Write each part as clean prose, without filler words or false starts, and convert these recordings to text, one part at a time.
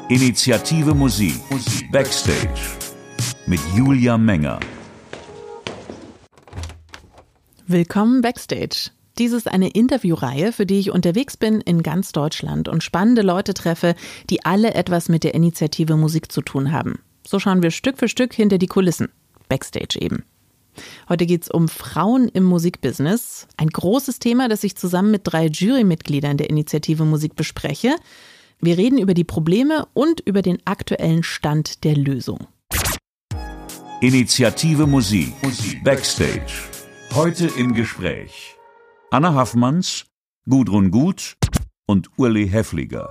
Initiative Musik Backstage mit Julia Menger. Willkommen Backstage. Dies ist eine Interviewreihe, für die ich unterwegs bin in ganz Deutschland und spannende Leute treffe, die alle etwas mit der Initiative Musik zu tun haben. So schauen wir Stück für Stück hinter die Kulissen. Backstage eben. Heute geht es um Frauen im Musikbusiness. Ein großes Thema, das ich zusammen mit 3 Jurymitgliedern der Initiative Musik bespreche. Wir reden über die Probleme und über den aktuellen Stand der Lösung. Initiative Musik Backstage. Heute im Gespräch Anna Haffmanns, Gudrun Gut und Uli Häfliger.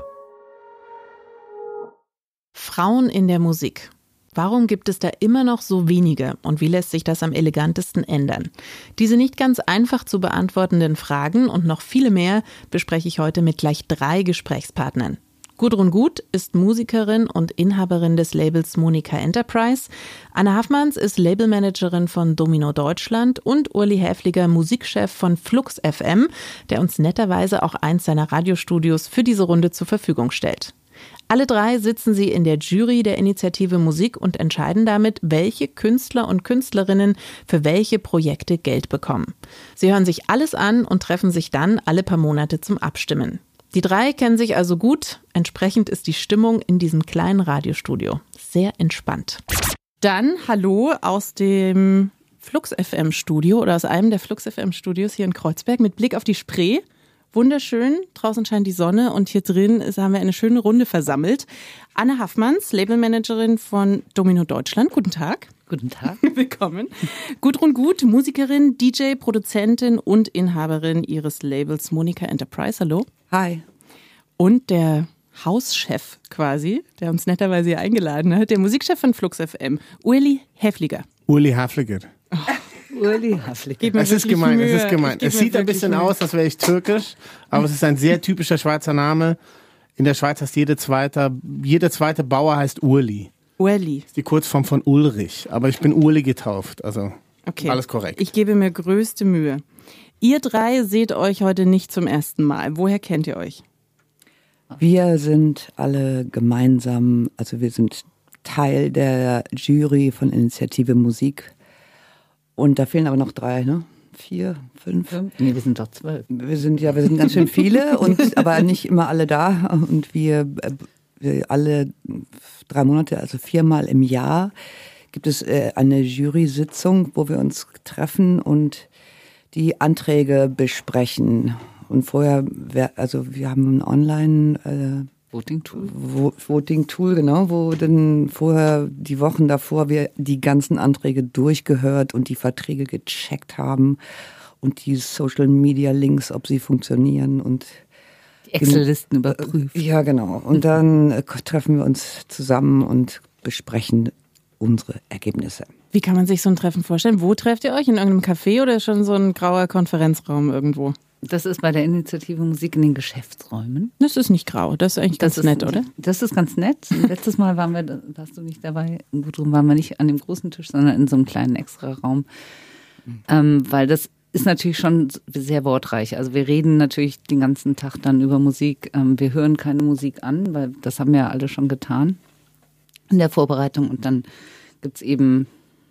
Frauen in der Musik. Warum gibt es da immer noch so wenige und wie lässt sich das am elegantesten ändern? Diese nicht ganz einfach zu beantwortenden Fragen und noch viele mehr bespreche ich heute mit gleich 3 Gesprächspartnern. Gudrun Gut ist Musikerin und Inhaberin des Labels Monika Enterprise. Anna Haffmanns ist Labelmanagerin von Domino Deutschland und Uli Häfliger Musikchef von Flux FM, der uns netterweise auch eins seiner Radiostudios für diese Runde zur Verfügung stellt. Alle 3 sitzen sie in der Jury der Initiative Musik und entscheiden damit, welche Künstler und Künstlerinnen für welche Projekte Geld bekommen. Sie hören sich alles an und treffen sich dann alle paar Monate zum Abstimmen. Die 3 kennen sich also gut, entsprechend ist die Stimmung in diesem kleinen Radiostudio sehr entspannt. Dann hallo aus dem Flux FM Studio oder aus einem der Flux FM Studios hier in Kreuzberg mit Blick auf die Spree. Wunderschön, draußen scheint die Sonne und hier drin haben wir eine schöne Runde versammelt. Anna Haffmanns, Labelmanagerin von Domino Deutschland. Guten Tag. Guten Tag. Willkommen. Gudrun Gut, Musikerin, DJ, Produzentin und Inhaberin ihres Labels Monika Enterprise. Hallo. Hi. Und der Hauschef quasi, der uns netterweise hier eingeladen hat, der Musikchef von Flux FM, Uli Häfliger. Uli Häfliger. Uli Häfliger. Es ist gemein, es ist gemein. Es sieht ein bisschen aus, als wäre ich türkisch, aber es ist ein sehr typischer Schweizer Name. In der Schweiz heißt jeder zweite Bauer heißt Uli. Uli. Das ist die Kurzform von Ulrich, aber ich bin Uli getauft, also okay. Alles korrekt. Ich gebe mir größte Mühe. Ihr 3 seht euch heute nicht zum ersten Mal. Woher kennt ihr euch? Wir sind alle gemeinsam, also wir sind Teil der Jury von Initiative Musik. Und da fehlen aber noch 3, ne? 4, 5? Nee, wir sind doch 12. Wir sind ganz schön viele, aber nicht immer alle da. Und wir alle 3 Monate, also 4-mal im Jahr, gibt es eine Jury-Sitzung, wo wir uns treffen und die Anträge besprechen. Und vorher, wir haben ein Online Voting-Tool, genau, wo dann vorher, die Wochen davor, wir die ganzen Anträge durchgehört und die Verträge gecheckt haben und die Social-Media-Links, ob sie funktionieren und die Excel-Listen überprüft. Ja, genau. Und dann treffen wir uns zusammen und besprechen unsere Ergebnisse. Wie kann man sich so ein Treffen vorstellen? Wo trefft ihr euch? In irgendeinem Café oder schon so ein grauer Konferenzraum irgendwo? Das ist bei der Initiative Musik in den Geschäftsräumen. Das ist nicht grau, das ist eigentlich ganz nett, oder? Das ist ganz nett. Letztes Mal warst du nicht dabei, Gudrun, waren wir nicht an dem großen Tisch, sondern in so einem kleinen Extraraum. Weil das ist natürlich schon sehr wortreich. Also wir reden natürlich den ganzen Tag dann über Musik. Wir hören keine Musik an, weil das haben wir ja alle schon getan in der Vorbereitung. Und dann gibt's eben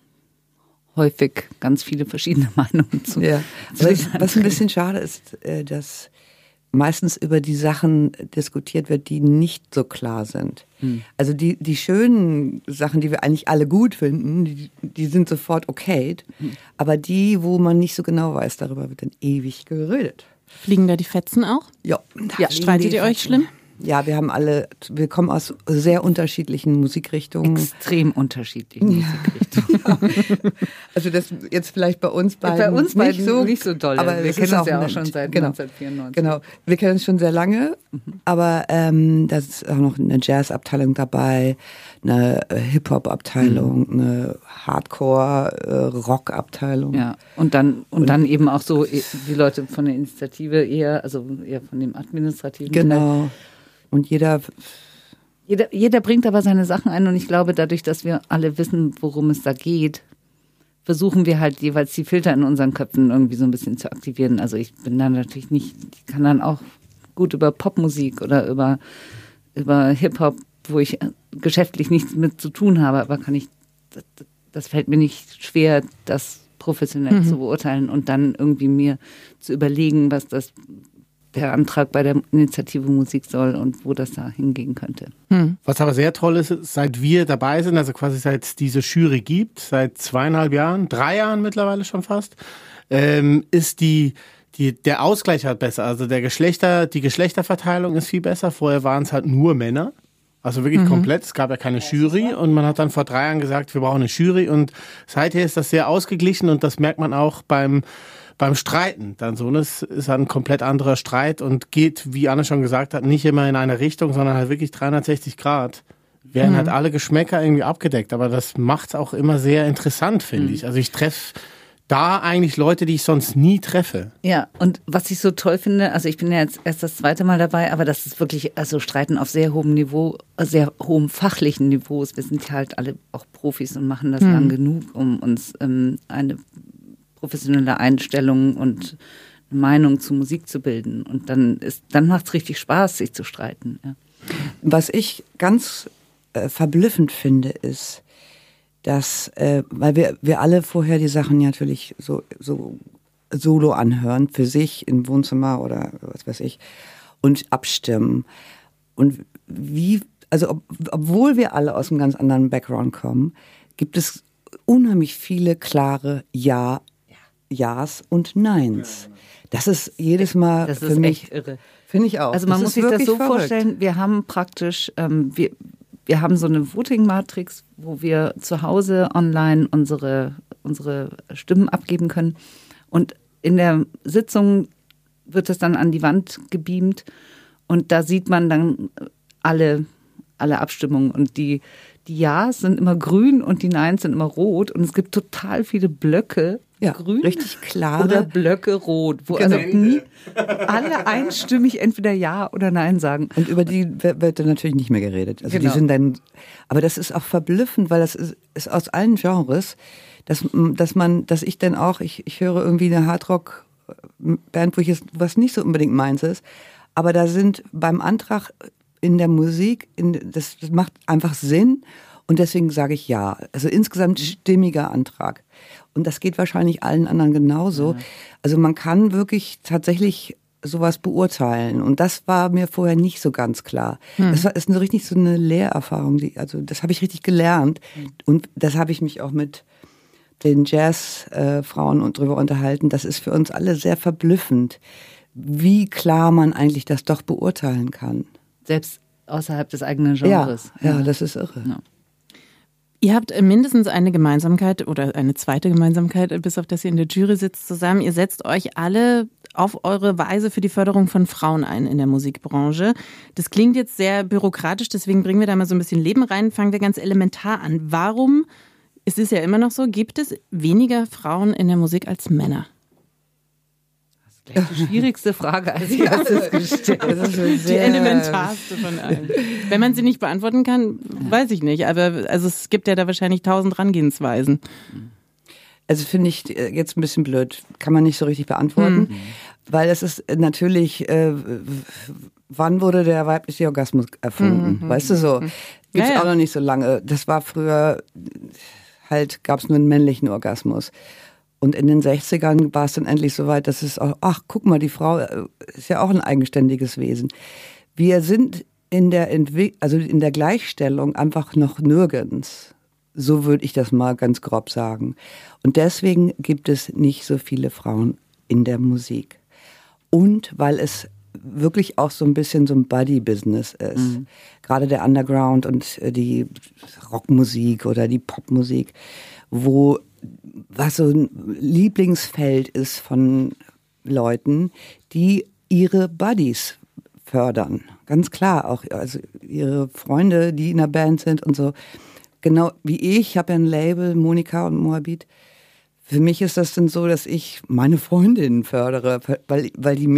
häufig ganz viele verschiedene Meinungen zu. Ja. Was ein bisschen schade ist, dass meistens über die Sachen diskutiert wird, die nicht so klar sind. Also die schönen Sachen, die wir eigentlich alle gut finden, die sind sofort okayed. Aber die, wo man nicht so genau weiß, darüber wird dann ewig geredet. Fliegen da die Fetzen auch? Ja. Streitet ihr euch schlimm? Ja, wir kommen aus sehr unterschiedlichen Musikrichtungen. Extrem unterschiedlichen Musikrichtungen. Also das jetzt vielleicht bei uns beiden. Bei uns beiden nicht so doll. Aber wir kennen uns ja auch schon seit 1994. Genau, wir kennen uns schon sehr lange. Aber da ist auch noch eine Jazz-Abteilung dabei, eine Hip-Hop-Abteilung, eine Hardcore-Rock-Abteilung. Ja, und dann eben auch so die Leute von der Initiative eher von dem administrativen Teil. Genau. Und jeder bringt aber seine Sachen ein und ich glaube, dadurch, dass wir alle wissen, worum es da geht, versuchen wir halt jeweils die Filter in unseren Köpfen irgendwie so ein bisschen zu aktivieren. Also ich bin dann natürlich nicht, ich kann dann auch gut über Popmusik oder über Hip-Hop wo ich geschäftlich nichts mit zu tun habe, aber das fällt mir nicht schwer, das professionell zu beurteilen und dann irgendwie mir zu überlegen, was der Antrag bei der Initiative Musik soll und wo das da hingehen könnte. Was aber sehr toll ist, seit wir dabei sind, also quasi seit es diese Jury gibt, seit 2,5 Jahren, 3 Jahren mittlerweile schon fast, ist der Ausgleich halt besser. Also die Geschlechterverteilung ist viel besser. Vorher waren es halt nur Männer. Also wirklich komplett. Es gab ja keine Jury und man hat dann vor 3 Jahren gesagt, wir brauchen eine Jury und seither ist das sehr ausgeglichen und das merkt man auch beim Streiten dann so. Das ist ein komplett anderer Streit und geht, wie Anne schon gesagt hat, nicht immer in eine Richtung, sondern halt wirklich 360 Grad. Werden halt alle Geschmäcker irgendwie abgedeckt, aber das macht's auch immer sehr interessant, finde ich. Also ich treffe da eigentlich Leute, die ich sonst nie treffe. Ja, und was ich so toll finde, also ich bin ja jetzt erst das 2. Mal dabei, aber das ist wirklich, also Streiten auf sehr hohem Niveau, sehr hohem fachlichen Niveau. Wir sind halt alle auch Profis und machen das lang genug, um uns eine professionelle Einstellung und eine Meinung zu Musik zu bilden. Und dann macht's richtig Spaß, sich zu streiten. Ja. Was ich ganz verblüffend finde, ist, dass, weil wir alle vorher die Sachen natürlich so solo anhören, für sich im Wohnzimmer oder was weiß ich, und abstimmen. Und obwohl wir alle aus einem ganz anderen Background kommen, gibt es unheimlich viele klare Ja's und Neins. Das ist jedes Mal das für ist mich echt irre. Finde ich auch. Also man muss sich das so verrückt vorstellen, wir haben praktisch, wir haben so eine Voting-Matrix, wo wir zu Hause online unsere Stimmen abgeben können. Und in der Sitzung wird es dann an die Wand gebeamt und da sieht man dann alle Abstimmungen. Und die Ja's sind immer grün und die Neins sind immer rot. Und es gibt total viele Blöcke grün richtig klare oder Blöcke rot, wo also nie alle einstimmig entweder Ja oder Nein sagen. Und über die wird dann natürlich nicht mehr geredet. Also die sind dann, aber das ist auch verblüffend, weil das ist aus allen Genres, dass ich dann auch, ich höre irgendwie eine Hardrock-Band, was nicht so unbedingt meins ist, aber da sind beim Antrag in der Musik, das macht einfach Sinn und deswegen sage ich ja. Also insgesamt stimmiger Antrag. Und das geht wahrscheinlich allen anderen genauso. Also man kann wirklich tatsächlich sowas beurteilen. Und das war mir vorher nicht so ganz klar. Das ist richtig so eine Lehrerfahrung. Das habe ich richtig gelernt. Und das habe ich mich auch mit den Jazz-Frauen drüber unterhalten. Das ist für uns alle sehr verblüffend, wie klar man eigentlich das doch beurteilen kann. Selbst außerhalb des eigenen Genres. Ja, das ist irre. Ja. Ihr habt mindestens eine Gemeinsamkeit oder eine zweite Gemeinsamkeit, bis auf dass ihr in der Jury sitzt zusammen. Ihr setzt euch alle auf eure Weise für die Förderung von Frauen ein in der Musikbranche. Das klingt jetzt sehr bürokratisch, deswegen bringen wir da mal so ein bisschen Leben rein. Fangen wir ganz elementar an. Warum, es ist ja immer noch so, gibt es weniger Frauen in der Musik als Männer? Das ist die schwierigste Frage als erstes gestellt. Das ist die elementarste von allen. Wenn man sie nicht beantworten kann, weiß ich nicht. Aber also es gibt ja da wahrscheinlich 1000 Herangehensweisen. Also finde ich jetzt ein bisschen blöd. Kann man nicht so richtig beantworten. Weil es ist natürlich, wann wurde der weibliche Orgasmus erfunden? Weißt du so? Gibt's auch noch nicht so lange. Das war früher halt, gab es nur einen männlichen Orgasmus. Und in den 60ern war es dann endlich so weit, dass es auch, ach, guck mal, die Frau ist ja auch ein eigenständiges Wesen. Wir sind in der Gleichstellung einfach noch nirgends. So würde ich das mal ganz grob sagen. Und deswegen gibt es nicht so viele Frauen in der Musik. Und weil es wirklich auch so ein bisschen so ein Buddy-Business ist. Gerade der Underground und die Rockmusik oder die Popmusik, was so ein Lieblingsfeld ist von Leuten, die ihre Buddies fördern. Ganz klar, auch also ihre Freunde, die in der Band sind und so. Genau wie ich habe ja ein Label, Monika und Moabit. Für mich ist das dann so, dass ich meine Freundinnen fördere, weil die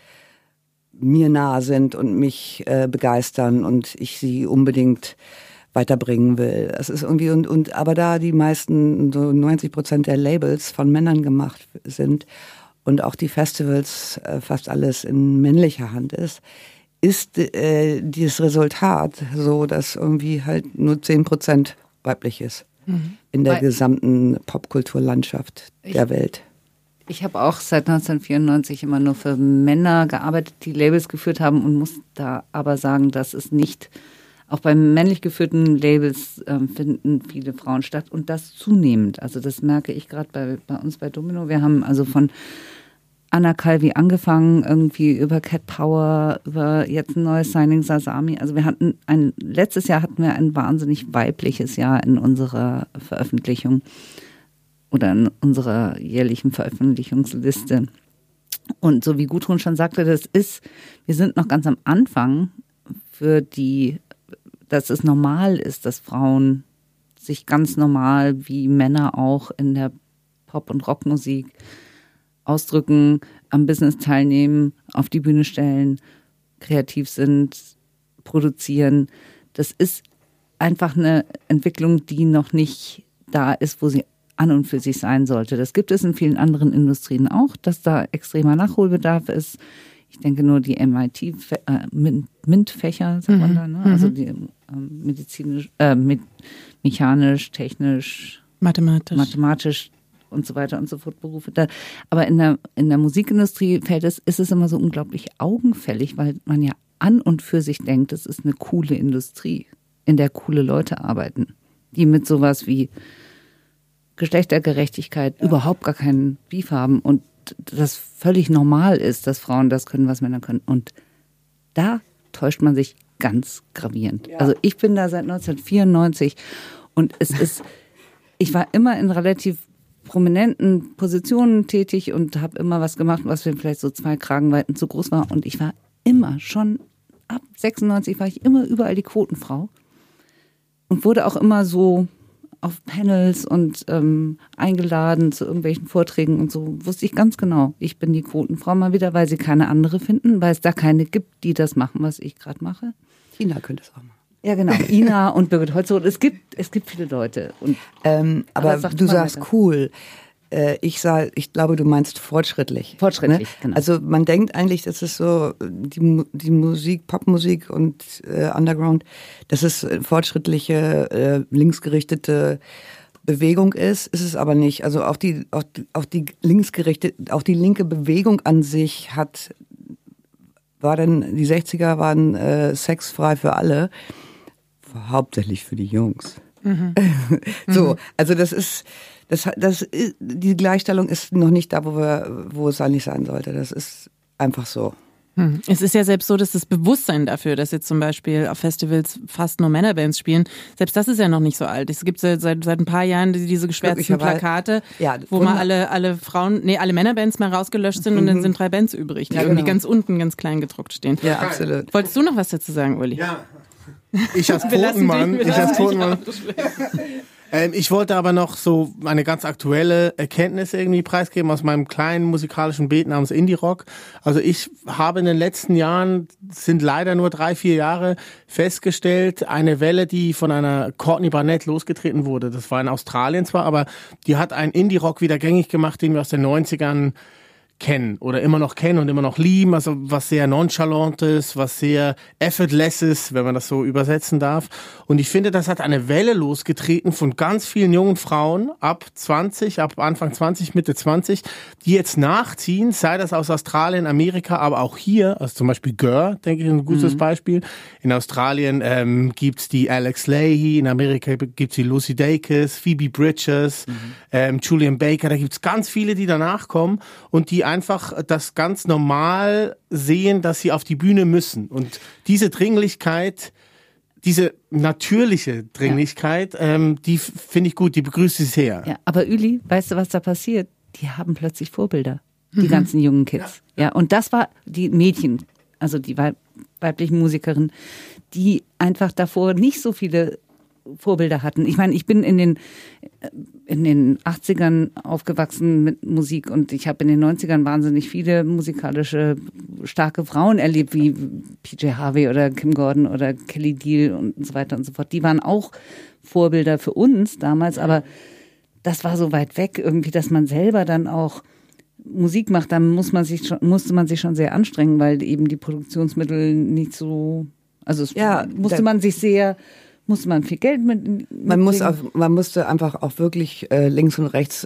mir nahe sind und mich begeistern und ich sie unbedingt weiterbringen will. Es ist irgendwie aber da die meisten, so 90% der Labels von Männern gemacht sind und auch die Festivals fast alles in männlicher Hand ist ist dieses Resultat so, dass irgendwie halt nur 10% weiblich ist in der gesamten Popkulturlandschaft der Welt. Ich habe auch seit 1994 immer nur für Männer gearbeitet, die Labels geführt haben und muss da aber sagen, dass es nicht, auch bei männlich geführten Labels finden viele Frauen statt und das zunehmend. Also das merke ich gerade bei uns bei Domino. Wir haben also von Anna Calvi angefangen, irgendwie über Cat Power, über jetzt ein neues Signing Sasami. Also wir hatten letztes Jahr hatten wir ein wahnsinnig weibliches Jahr in unserer Veröffentlichung oder in unserer jährlichen Veröffentlichungsliste. Und so wie Gudrun schon sagte, wir sind noch ganz am Anfang dass es normal ist, dass Frauen sich ganz normal wie Männer auch in der Pop- und Rockmusik ausdrücken, am Business teilnehmen, auf die Bühne stellen, kreativ sind, produzieren. Das ist einfach eine Entwicklung, die noch nicht da ist, wo sie an und für sich sein sollte. Das gibt es in vielen anderen Industrien auch, dass da extremer Nachholbedarf ist. Ich denke nur die MINT-Fächer, sagt man da, ne? Also die medizinisch, mechanisch, technisch, mathematisch und so weiter und so fort Berufe. Aber in der Musikindustrie ist es immer so unglaublich augenfällig, weil man ja an und für sich denkt, das ist eine coole Industrie, in der coole Leute arbeiten, die mit sowas wie Geschlechtergerechtigkeit überhaupt gar keinen Beef haben und das völlig normal ist, dass Frauen das können, was Männer können. Und da täuscht man sich ganz gravierend. Ja. Also ich bin da seit 1994 und ich war immer in relativ prominenten Positionen tätig und habe immer was gemacht, was vielleicht so 2 Kragenweiten zu groß war. Und ich war immer schon, ab 96 war ich immer überall die Quotenfrau und wurde auch immer so auf Panels und eingeladen zu irgendwelchen Vorträgen und so, wusste ich ganz genau, ich bin die Quotenfrau mal wieder, weil sie keine andere finden, weil es da keine gibt, die das machen, was ich gerade mache. Ina könnte es auch machen. Ja, genau. Ina und Birgit Holzroth. Es gibt viele Leute. Und, aber du sagst cool. Ich glaube, du meinst fortschrittlich. Fortschrittlich, ne? Genau. Also man denkt eigentlich, das ist so die Musik, Popmusik und Underground, dass es fortschrittliche, linksgerichtete Bewegung ist es aber nicht. Also auch die linke Bewegung an sich die 60er waren sexfrei für alle, hauptsächlich für die Jungs. So, also die Gleichstellung ist noch nicht da, wo es eigentlich sein sollte. Das ist einfach so. Es ist ja selbst so, dass das Bewusstsein dafür, dass jetzt zum Beispiel auf Festivals fast nur Männerbands spielen, selbst das ist ja noch nicht so alt. Es gibt seit ein paar Jahren diese geschwärzten Plakate, wo mal alle Männerbands mal rausgelöscht sind und dann sind 3 Bands übrig, die irgendwie ganz unten ganz klein gedruckt stehen. Ja, absolut. Wolltest du noch was dazu sagen, Uli? Ja. Ich als Quotenmann. Ich wollte aber noch so eine ganz aktuelle Erkenntnis irgendwie preisgeben aus meinem kleinen musikalischen Beet namens Indie Rock. Also ich habe in den letzten Jahren, sind leider nur 3-4 Jahre, festgestellt, eine Welle, die von einer Courtney Barnett losgetreten wurde. Das war in Australien zwar, aber die hat einen Indie Rock wieder gängig gemacht, den wir aus den 90ern kennen oder immer noch kennen und immer noch lieben, also was sehr Nonchalantes, was sehr Effortlesses, wenn man das so übersetzen darf. Und ich finde, das hat eine Welle losgetreten von ganz vielen jungen Frauen ab Anfang 20, Mitte 20, die jetzt nachziehen, sei das aus Australien, Amerika, aber auch hier, also zum Beispiel Gör, denke ich, ein gutes Beispiel. In Australien gibt's die Alex Leahy, in Amerika gibt's die Lucy Dacus, Phoebe Bridgers, Julian Baker, da gibt's ganz viele, die danach kommen und die einfach das ganz normal sehen, dass sie auf die Bühne müssen. Und diese Dringlichkeit, diese natürliche Dringlichkeit, die finde ich gut, die begrüße ich sehr. Ja, aber Uli, weißt du, was da passiert? Die haben plötzlich Vorbilder, die ganzen jungen Kids. Ja, und das war die Mädchen, also die weiblichen Musikerinnen, die einfach davor nicht so viele Vorbilder hatten. Ich meine, ich bin in den 80ern aufgewachsen mit Musik und ich habe in den 90ern wahnsinnig viele musikalische starke Frauen erlebt, wie PJ Harvey oder Kim Gordon oder Kelly Deal und so weiter und so fort. Die waren auch Vorbilder für uns damals, aber das war so weit weg irgendwie, dass man selber dann auch Musik macht, dann musste man sich schon sehr anstrengen, weil eben die Produktionsmittel nicht so, also musste man viel Geld mit. Man musste einfach auch wirklich links und rechts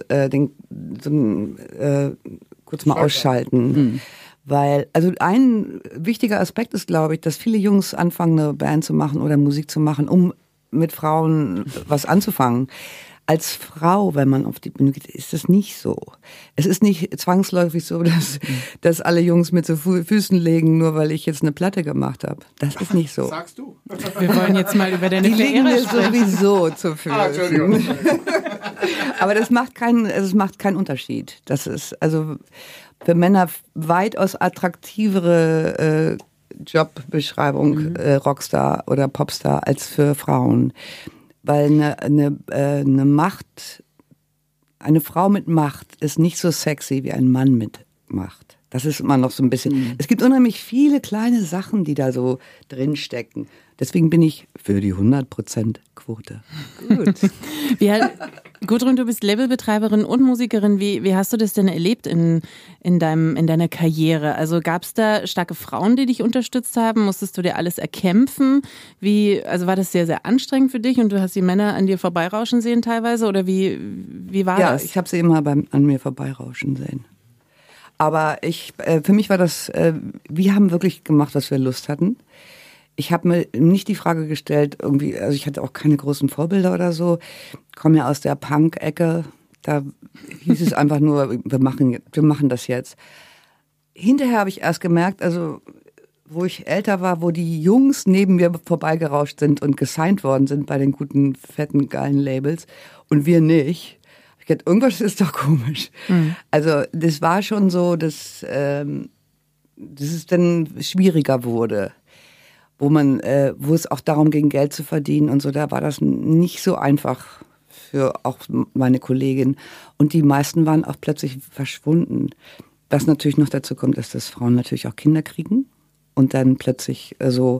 kurz mal ausschalten. Weil, also ein wichtiger Aspekt ist, glaube ich, dass viele Jungs anfangen, eine Band zu machen oder Musik zu machen, um mit Frauen was anzufangen. Als Frau, wenn man auf die Bühne geht, ist das nicht so. Es ist nicht zwangsläufig so, dass alle Jungs mit so Füßen legen, nur weil ich jetzt eine Platte gemacht habe. Das ist nicht so. Das sagst du. Wir wollen jetzt mal über deine Die liegen Karriere mir sprechen. sowieso zu Füßen. Entschuldigung. Aber das macht keinen Unterschied. Das ist also für Männer weitaus attraktivere Jobbeschreibung Rockstar oder Popstar als für Frauen. Weil eine Frau mit Macht ist nicht so sexy wie ein Mann mit Macht. Das ist immer noch so ein bisschen. Es gibt unheimlich viele kleine Sachen, die da so drinstecken. Deswegen bin ich für die 100% Quote. Gut. Gudrun, du bist Labelbetreiberin und Musikerin. Wie hast du das denn erlebt in deiner Karriere? Also gab es da starke Frauen, die dich unterstützt haben? Musstest du dir alles erkämpfen? Also war das sehr, sehr anstrengend für dich und du hast die Männer an dir vorbeirauschen sehen teilweise? Oder wie war das? Ja, ich habe sie immer an mir vorbeirauschen sehen. Aber für mich war das, wir haben wirklich gemacht, was wir Lust hatten. Ich habe mir nicht die Frage gestellt, irgendwie, also ich hatte auch keine großen Vorbilder oder so. Ich komme ja aus der Punk-Ecke. Da hieß es einfach nur, wir machen das jetzt. Hinterher habe ich erst gemerkt, also wo ich älter war, wo die Jungs neben mir vorbeigerauscht sind und gesigned worden sind bei den guten, fetten, geilen Labels und wir nicht. Ich dachte, irgendwas ist doch komisch. Also das war schon so, dass es dann schwieriger wurde. Wo es auch darum ging, Geld zu verdienen und so, da war das nicht so einfach für auch meine Kollegin. Und die meisten waren auch plötzlich verschwunden. Was natürlich noch dazu kommt, ist, dass Frauen natürlich auch Kinder kriegen und dann plötzlich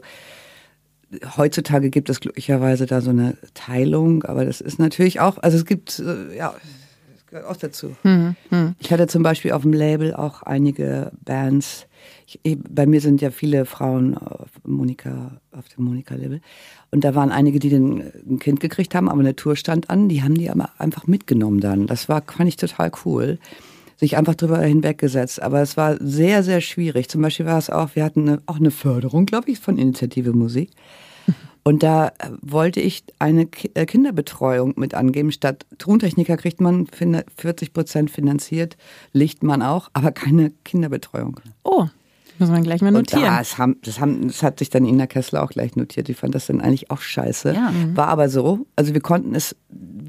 heutzutage gibt es glücklicherweise da so eine Teilung, aber das ist natürlich auch, also es gibt, das gehört auch dazu. Ich hatte zum Beispiel auf dem Label auch einige Bands. Bei mir sind ja viele Frauen auf dem Monika-Label. Und da waren einige, die ein Kind gekriegt haben, aber eine Tour stand an. Die haben die aber einfach mitgenommen dann. Fand ich total cool. Sich einfach drüber hinweggesetzt. Aber es war sehr, sehr schwierig. Zum Beispiel war es auch, wir hatten auch eine Förderung, glaube ich, von Initiative Musik. Und da wollte ich eine Kinderbetreuung mit angeben. Statt Tontechniker kriegt man 40% finanziert, Lichtmann auch, aber keine Kinderbetreuung. Oh, muss man gleich mal notieren. Und das hat sich dann Ina Kessler auch gleich notiert. Die fand das dann eigentlich auch scheiße. Ja. War aber so. Also wir konnten das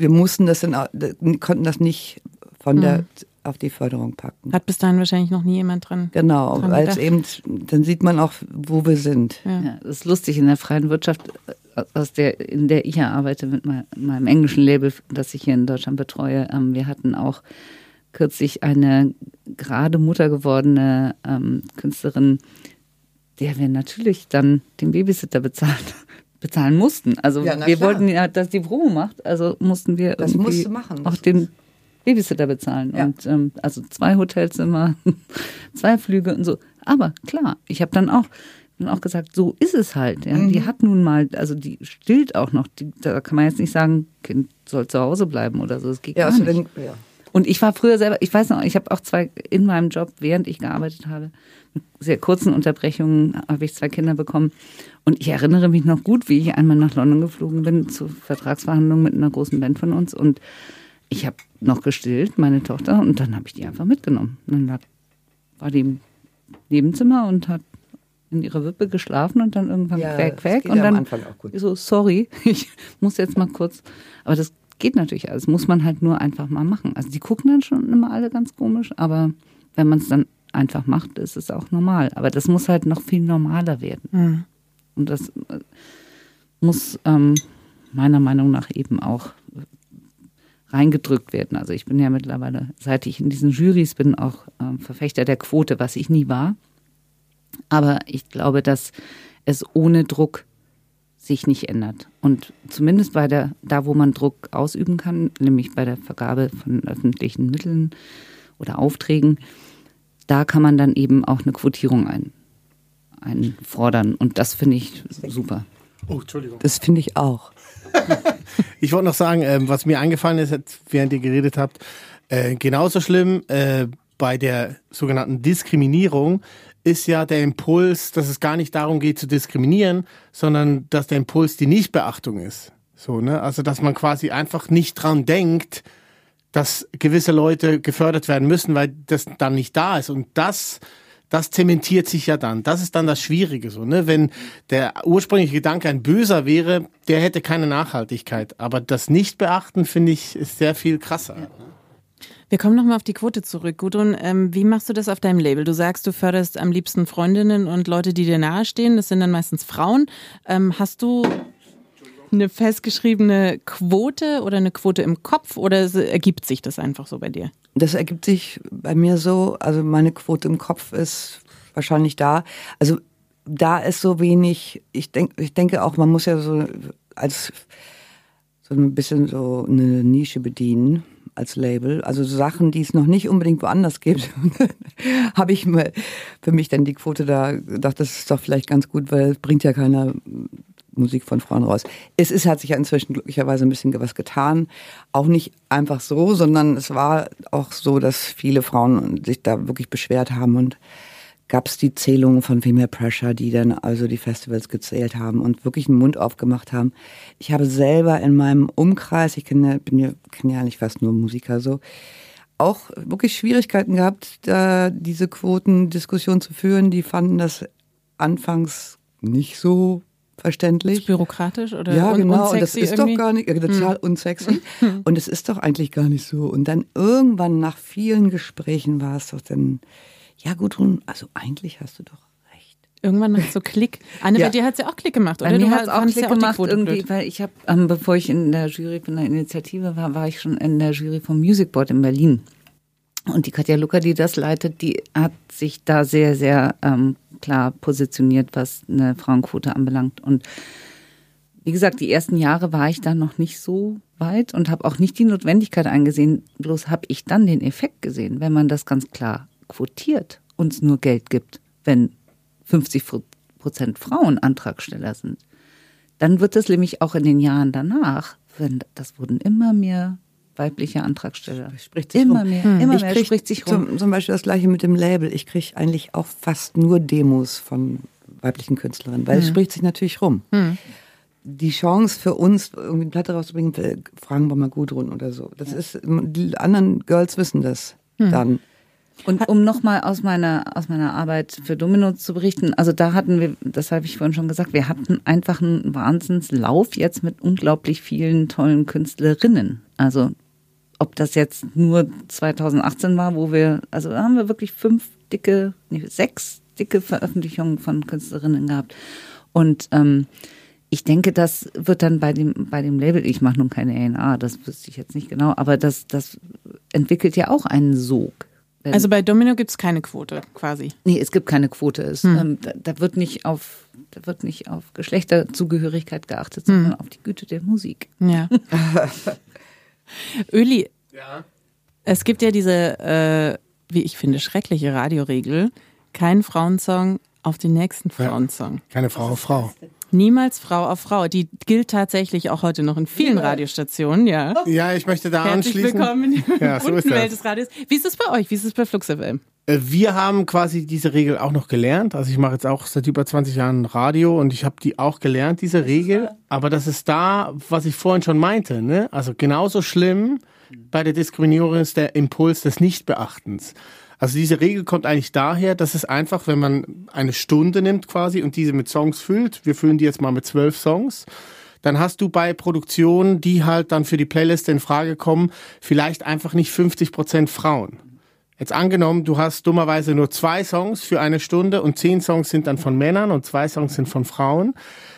nicht auf die Förderung packen. Hat bis dahin wahrscheinlich noch nie jemand dran. Genau, weil es eben, dann sieht man auch, wo wir sind. Ja, das ist lustig, in der freien Wirtschaft, in der ich ja arbeite mit meinem englischen Label, das ich hier in Deutschland betreue, wir hatten auch kürzlich eine gerade Mutter gewordene Künstlerin, der wir natürlich dann den Babysitter bezahlen mussten. Also wir wollten ja, dass die Probe macht, also mussten wir das irgendwie musst du machen. auch den Babysitter bezahlen. Ja. Und also 2 Hotelzimmer, 2 Flüge und so. Aber klar, ich habe dann auch gesagt, so ist es halt. Ja. Die hat nun mal, also die stillt auch noch. Da kann man jetzt nicht sagen, Kind soll zu Hause bleiben oder so. Das geht gar nicht. Und ich war früher selber, ich weiß noch, ich habe auch in meinem Job, während ich gearbeitet habe, mit sehr kurzen Unterbrechungen habe ich 2 Kinder bekommen. Und ich erinnere mich noch gut, wie ich einmal nach London geflogen bin zu Vertragsverhandlungen mit einer großen Band von uns. Und ich habe noch gestillt, meine Tochter, und dann habe ich die einfach mitgenommen. Und dann war die im Nebenzimmer und hat in ihrer Wippe geschlafen und dann irgendwann quäk. Und dann so, sorry, ich muss jetzt mal kurz. Aber das geht natürlich alles, muss man halt nur einfach mal machen. Also die gucken dann schon immer alle ganz komisch, aber wenn man es dann einfach macht, ist es auch normal. Aber das muss halt noch viel normaler werden. Mhm. Und das muss meiner Meinung nach eben auch reingedrückt werden. Also ich bin ja mittlerweile, seit ich in diesen Jurys bin, auch Verfechter der Quote, was ich nie war. Aber ich glaube, dass es ohne Druck sich nicht ändert. Und zumindest da wo man Druck ausüben kann, nämlich bei der Vergabe von öffentlichen Mitteln oder Aufträgen, da kann man dann eben auch eine Quotierung einfordern. Und das finde ich super. Oh, Entschuldigung. Das finde ich auch. Ich wollte noch sagen, was mir eingefallen ist, während ihr geredet habt, genauso schlimm bei der sogenannten Diskriminierung ist ja der Impuls, dass es gar nicht darum geht zu diskriminieren, sondern dass der Impuls die Nichtbeachtung ist. So, ne? Also dass man quasi einfach nicht dran denkt, dass gewisse Leute gefördert werden müssen, weil das dann nicht da ist. Und das zementiert sich ja dann. Das ist dann das Schwierige. So, ne? Wenn der ursprüngliche Gedanke ein böser wäre, der hätte keine Nachhaltigkeit. Aber das Nichtbeachten, finde ich, ist sehr viel krasser. Ja. Wir kommen nochmal auf die Quote zurück. Gudrun, wie machst du das auf deinem Label? Du sagst, du förderst am liebsten Freundinnen und Leute, die dir nahestehen. Das sind dann meistens Frauen. Hast du eine festgeschriebene Quote oder eine Quote im Kopf oder ergibt sich das einfach so bei dir? Das ergibt sich bei mir so, also meine Quote im Kopf ist wahrscheinlich da. Also da ist so wenig, ich denke auch, man muss ja so als so ein bisschen so eine Nische bedienen als Label. Also Sachen, die es noch nicht unbedingt woanders gibt, habe ich mir für mich dann die Quote da gedacht, das ist doch vielleicht ganz gut, weil es bringt ja keiner Musik von Frauen raus. Hat sich ja inzwischen glücklicherweise ein bisschen was getan. Auch nicht einfach so, sondern es war auch so, dass viele Frauen sich da wirklich beschwert haben und gab es die Zählungen von Female Pressure, die dann also die Festivals gezählt haben und wirklich den Mund aufgemacht haben. Ich habe selber in meinem Umkreis, ich kenne ja eigentlich fast nur Musiker so, auch wirklich Schwierigkeiten gehabt, da diese Quotendiskussion zu führen. Die fanden das anfangs nicht so verständlich. Ist bürokratisch oder ja, genau. Und das ist irgendwie? doch gar nicht, total unsexy. Und es ist doch eigentlich gar nicht so. Und dann irgendwann nach vielen Gesprächen war es doch dann, ja Gudrun, also eigentlich hast du doch recht. Irgendwann macht so Klick. Anne, bei dir hat es ja auch Klick gemacht, oder? Bei mir Du hat es auch fandst Klick ja gemacht, irgendwie, blöd. weil ich habe, bevor ich in der Jury von der Initiative war ich schon in der Jury vom Music Board in Berlin. Und die Katja Lucker, die das leitet, die hat sich da sehr, sehr klar positioniert, was eine Frauenquote anbelangt. Und wie gesagt, die ersten Jahre war ich da noch nicht so weit und habe auch nicht die Notwendigkeit eingesehen. Bloß habe ich dann den Effekt gesehen, wenn man das ganz klar quotiert, uns nur Geld gibt, wenn 50% Frauen Antragsteller sind. Dann wird es nämlich auch in den Jahren danach, das wurden immer mehr weibliche Antragsteller. Spricht sich immer rum. mehr, immer mehr spricht sich rum. Zum Beispiel das Gleiche mit dem Label. Ich kriege eigentlich auch fast nur Demos von weiblichen Künstlerinnen, weil es spricht sich natürlich rum. Die Chance für uns, irgendwie eine Platte rauszubringen, fragen wir mal Gudrun oder so. Das ist, die anderen Girls wissen das dann. Und um nochmal aus meiner Arbeit für Domino zu berichten, also da hatten wir, das habe ich vorhin schon gesagt, wir hatten einfach einen Wahnsinnslauf jetzt mit unglaublich vielen tollen Künstlerinnen. Also ob das jetzt nur 2018 war, also da haben wir wirklich 6 dicke Veröffentlichungen von Künstlerinnen gehabt. Und ich denke, das wird dann bei dem Label, ich mache nun keine A&R, das wüsste ich jetzt nicht genau, aber das entwickelt ja auch einen Sog. Also bei Domino gibt es keine Quote quasi? Nee, es gibt keine Quote. Da wird nicht auf Geschlechterzugehörigkeit geachtet, sondern auf die Güte der Musik. Ja. Öli, ja. Es gibt ja diese, wie ich finde, schreckliche Radioregel, kein Frauensong auf den nächsten Frauensong. Ja, keine Frau auf Frau. Niemals Frau auf Frau. Die gilt tatsächlich auch heute noch in vielen Radiostationen, ja. Ja, ich möchte da anschließen. Herzlich willkommen in der so bunten Welt des Radios. Wie ist es bei euch? Wie ist es bei Flux FM? Wir haben quasi diese Regel auch noch gelernt. Also ich mache jetzt auch seit über 20 Jahren Radio und ich habe die auch gelernt, diese Regel. Aber das ist da, was ich vorhin schon meinte, ne? Also genauso schlimm bei der Diskriminierung ist der Impuls des Nichtbeachtens. Also diese Regel kommt eigentlich daher, dass es einfach, wenn man eine Stunde nimmt quasi und diese mit Songs füllt, wir füllen die jetzt mal mit 12 Songs, dann hast du bei Produktionen, die halt dann für die Playlist in Frage kommen, vielleicht einfach nicht 50% Frauen. Jetzt angenommen, du hast dummerweise nur 2 Songs für eine Stunde und 10 Songs sind dann von Männern und 2 Songs sind von Frauen.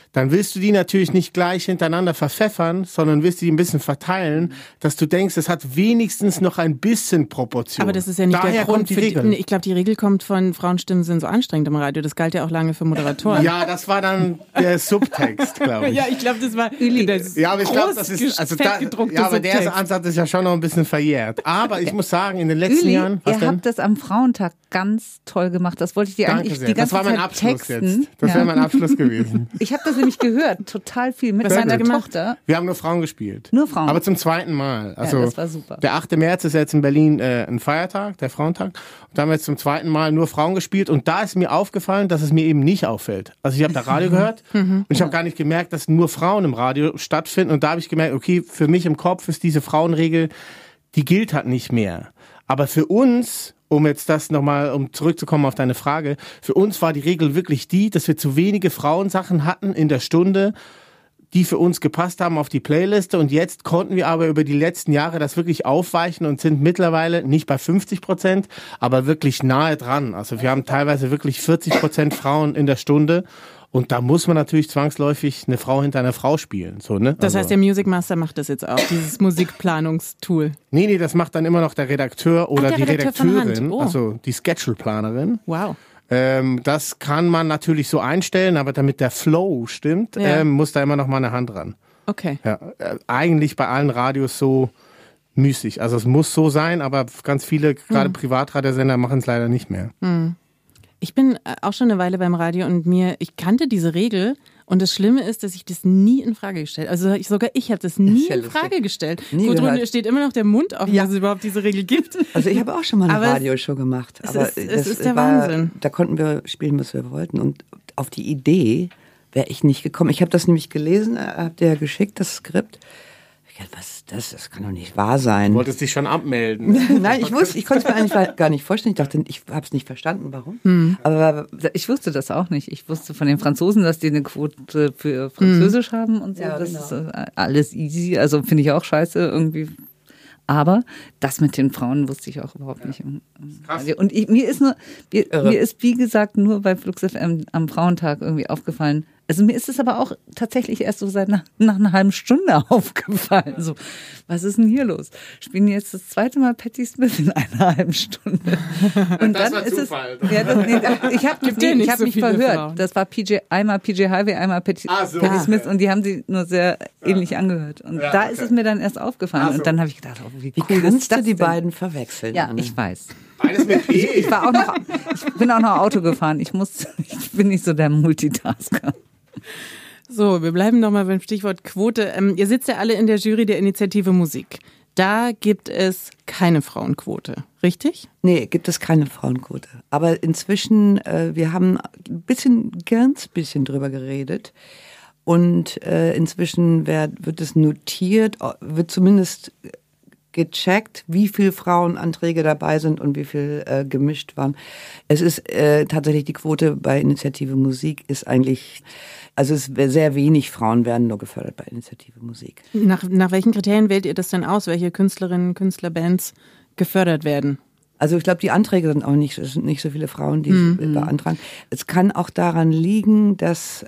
dann willst du die natürlich nicht gleich hintereinander verpfeffern, sondern willst die ein bisschen verteilen, dass du denkst, es hat wenigstens noch ein bisschen Proportion. Aber das ist ja nicht Daher der Grund kommt die für Regel. ich glaube, die Regel kommt von Frauenstimmen sind so anstrengend im Radio. Das galt ja auch lange für Moderatoren. Ja, das war dann der Subtext, glaube ich. Ja, ich glaube, das war Ja, aber ich glaube, das ist aber der Ansatz ist ja schon noch ein bisschen verjährt. Aber ich muss sagen, in den letzten Jahren, ihr habt das am Frauentag ganz toll gemacht. Das wollte ich dir Danke eigentlich sehr. die ganze Das war mein Zeit Abschluss texten. jetzt. Das wäre mein Abschluss gewesen. Ich habe das nämlich gehört, total viel mit Was habt meiner ihr gemacht? Tochter. Wir haben nur Frauen gespielt. Nur Frauen. Aber zum zweiten Mal. Also Ja, das war super. Der 8. März ist jetzt in Berlin ein Feiertag, der Frauentag. Und da haben wir jetzt zum zweiten Mal nur Frauen gespielt. Und da ist mir aufgefallen, dass es mir eben nicht auffällt. Also ich habe da Radio gehört und ich habe gar nicht gemerkt, dass nur Frauen im Radio stattfinden. Und da habe ich gemerkt, okay, für mich im Kopf ist diese Frauenregel, die gilt halt nicht mehr. Aber für uns, um jetzt das nochmal, um zurückzukommen auf deine Frage, für uns war die Regel wirklich die, dass wir zu wenige Frauensachen hatten in der Stunde, die für uns gepasst haben auf die Playliste. Und jetzt konnten wir aber über die letzten Jahre das wirklich aufweichen und sind mittlerweile nicht bei 50%, aber wirklich nahe dran. Also wir haben teilweise wirklich 40% Frauen in der Stunde. Und da muss man natürlich zwangsläufig eine Frau hinter einer Frau spielen. So, ne? Das heißt, der Music Master macht das jetzt auch, dieses Musikplanungstool. Nee, das macht dann immer noch der Redakteur oder der die Redakteur von Hand. Redakteurin, Oh. also die Schedule-Planerin. Wow. Das kann man natürlich so einstellen, aber damit der Flow stimmt, Ja. muss da immer noch mal eine Hand ran. Okay. Ja, eigentlich bei allen Radios so müßig. Also es muss so sein, aber ganz viele, gerade Privatradiosender, machen es leider nicht mehr. Ich bin auch schon eine Weile beim Radio und ich kannte diese Regel und das Schlimme ist, dass ich das nie in Frage gestellt habe. Also ich habe das nie ja in lustig. Frage gestellt. Nie Gudrun, gehört. steht immer noch der Mund offen, Ja. dass es überhaupt diese Regel gibt. Also ich habe auch schon mal eine Aber Radioshow gemacht. es Aber ist der Wahnsinn. Da konnten wir spielen, was wir wollten. Und auf die Idee wäre ich nicht gekommen. Ich habe das nämlich gelesen, habt ihr ja geschickt, das Skript. Ich dachte, was ist das? Das kann doch nicht wahr sein. Du wolltest dich schon abmelden. Nein, ich konnte es mir eigentlich gar nicht vorstellen. Ich dachte, ich habe es nicht verstanden, warum. Aber Ich wusste das auch nicht. Ich wusste von den Franzosen, dass die eine Quote für Französisch haben und so. Ja, das genau. ist alles easy. Also finde ich auch scheiße irgendwie. Aber das mit den Frauen wusste ich auch überhaupt nicht. Krass. Und mir ist, wie gesagt, nur bei Flux FM am Frauentag irgendwie aufgefallen. Also mir ist es aber auch tatsächlich erst so seit nach einer halben Stunde aufgefallen. So, was ist denn hier los? Spielen jetzt das zweite Mal Patti Smith in einer halben Stunde. Und Das dann war ist Zufall. es. Ja, ich habe Gibt ja nicht hab so mich viele verhört. Frauen. Das war einmal PJ Harvey, einmal Patti so. Smith und die haben sie nur sehr ähnlich angehört. Und Ja, da okay. ist es mir dann erst aufgefallen. Und dann habe ich gedacht, oh, wie wie cool ist kannst das du die denn? beiden verwechseln? Ja, Anne? ich weiß. Beides mit P. Ich bin auch noch Auto gefahren. Ich bin nicht so der Multitasker. So, wir bleiben nochmal beim Stichwort Quote. Ihr sitzt ja alle in der Jury der Initiative Musik. Da gibt es keine Frauenquote, richtig? Nee, gibt es keine Frauenquote. Aber inzwischen, wir haben ganz bisschen drüber geredet. Und inzwischen wird es notiert, wird zumindest gecheckt, wie viele Frauenanträge dabei sind und wie viel gemischt waren. Es ist tatsächlich die Quote bei Initiative Musik ist eigentlich, also sehr wenig Frauen werden nur gefördert bei Initiative Musik. Nach welchen Kriterien wählt ihr das denn aus, welche Künstlerinnen, Künstlerbands gefördert werden? Also ich glaube, die Anträge sind auch nicht, es sind nicht so viele Frauen, die es beantragen. Es kann auch daran liegen, dass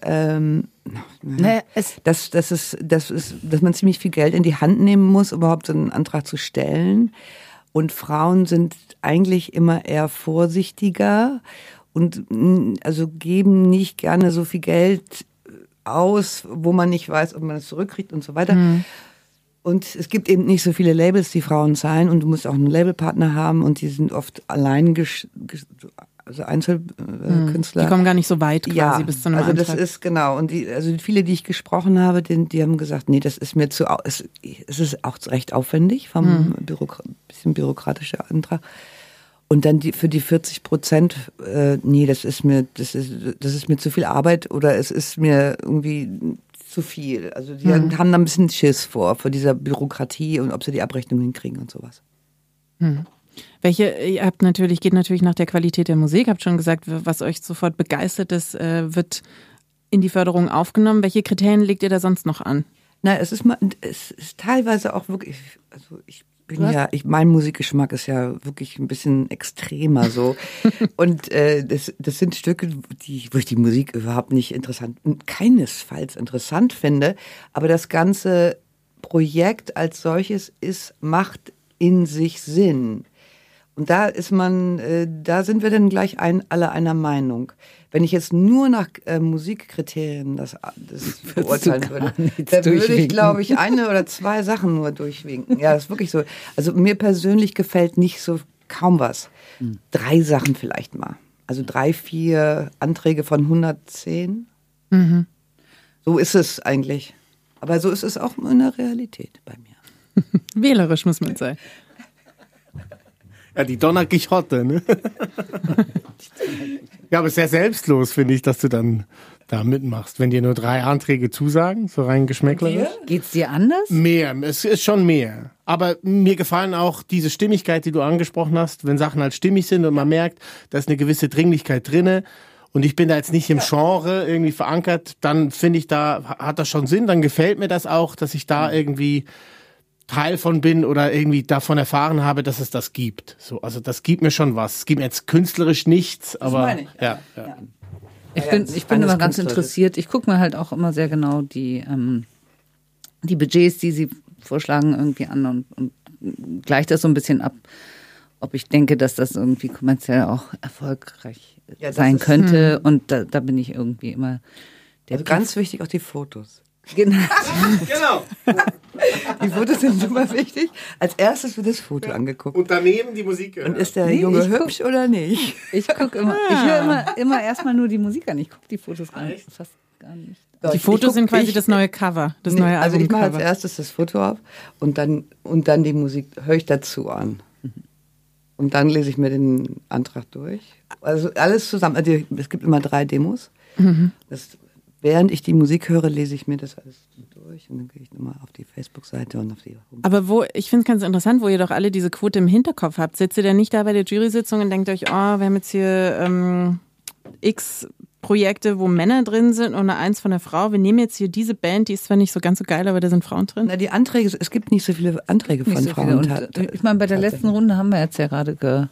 dass man ziemlich viel Geld in die Hand nehmen muss, überhaupt so einen Antrag zu stellen. Und Frauen sind eigentlich immer eher vorsichtiger und also geben nicht gerne so viel Geld aus, wo man nicht weiß, ob man es zurückkriegt und so weiter. Und es gibt eben nicht so viele Labels, die Frauen zahlen, und du musst auch einen Labelpartner haben, und die sind oft allein also Einzelkünstler. Die kommen gar nicht so weit quasi bis zu einem also Antrag. das ist genau, und also viele, die ich gesprochen habe, die haben gesagt, nee, das ist mir es ist auch recht aufwendig vom bisschen bürokratischer Antrag. Und dann für die 40%, nee, das ist mir zu viel Arbeit, oder es ist mir irgendwie zu viel. Also die haben da ein bisschen Schiss vor dieser Bürokratie und ob sie die Abrechnung hinkriegen und sowas. Ihr geht natürlich nach der Qualität der Musik, habt schon gesagt, was euch sofort begeistert ist, wird in die Förderung aufgenommen. Welche Kriterien legt ihr da sonst noch an? Na, es ist teilweise auch wirklich, also ich Mein Musikgeschmack ist ja wirklich ein bisschen extremer so. Und das sind Stücke, wo ich die Musik überhaupt nicht keinesfalls interessant finde. Aber das ganze Projekt als solches macht in sich Sinn. Und da da sind wir dann gleich alle einer Meinung. Wenn ich jetzt nur nach Musikkriterien das beurteilen würde, dann würde ich, glaube ich, 1 oder 2 Sachen nur durchwinken. Ja, das ist wirklich so. Also mir persönlich gefällt nicht so kaum was. 3 Sachen vielleicht mal. Also 3, 4 Anträge von 110. Mhm. So ist es eigentlich. Aber so ist es auch in der Realität bei mir. Wählerisch muss man sein. Ja, die Donna Quixote, ne? Ja, aber sehr selbstlos, finde ich, dass du dann da mitmachst. Wenn dir nur 3 Anträge zusagen, so rein geschmäcklerisch. Geht's dir anders? Mehr, es ist schon mehr. Aber mir gefallen auch diese Stimmigkeit, die du angesprochen hast, wenn Sachen halt stimmig sind und man merkt, da ist eine gewisse Dringlichkeit drinne. Und ich bin da jetzt nicht im Genre irgendwie verankert, dann finde ich, da hat das schon Sinn, dann gefällt mir das auch, dass ich da irgendwie Teil von bin oder irgendwie davon erfahren habe, dass es das gibt. So, also das gibt mir schon was. Es gibt mir jetzt künstlerisch nichts, aber das meine ich. Ja. Ich bin immer ganz interessiert. Ich gucke mir halt auch immer sehr genau die Budgets, die sie vorschlagen, irgendwie an und gleiche das so ein bisschen ab, ob ich denke, dass das irgendwie kommerziell auch erfolgreich sein könnte. Und da bin ich irgendwie immer also ganz wichtig auch die Fotos. Genau. Die Fotos sind super wichtig. Als erstes wird das Foto angeguckt. Und daneben die Musik. Und ist der Junge hübsch oder nicht? Ich höre immer erstmal nur die Musik an. Ich gucke die Fotos fast gar nicht. Die Fotos sind quasi das neue Cover, das neue Albumcover. Also ich mache als erstes das Foto auf und dann die Musik höre ich dazu an. Und dann lese ich mir den Antrag durch. Also alles zusammen. Also es gibt immer 3 Demos. Während ich die Musik höre, lese ich mir das alles durch und dann gehe ich nochmal auf die Facebook-Seite und auf die Homepage. Aber ich finde es ganz interessant, wo ihr doch alle diese Quote im Hinterkopf habt. Sitzt ihr denn nicht da bei der Jury-Sitzung und denkt euch, wir haben jetzt hier x Projekte, wo Männer drin sind und eins von der Frau. Wir nehmen jetzt hier diese Band, die ist zwar nicht so ganz so geil, aber da sind Frauen drin. Na, die Anträge, es gibt nicht so viele Anträge von Frauen. Ich meine, bei der letzten Runde haben wir jetzt ja gerade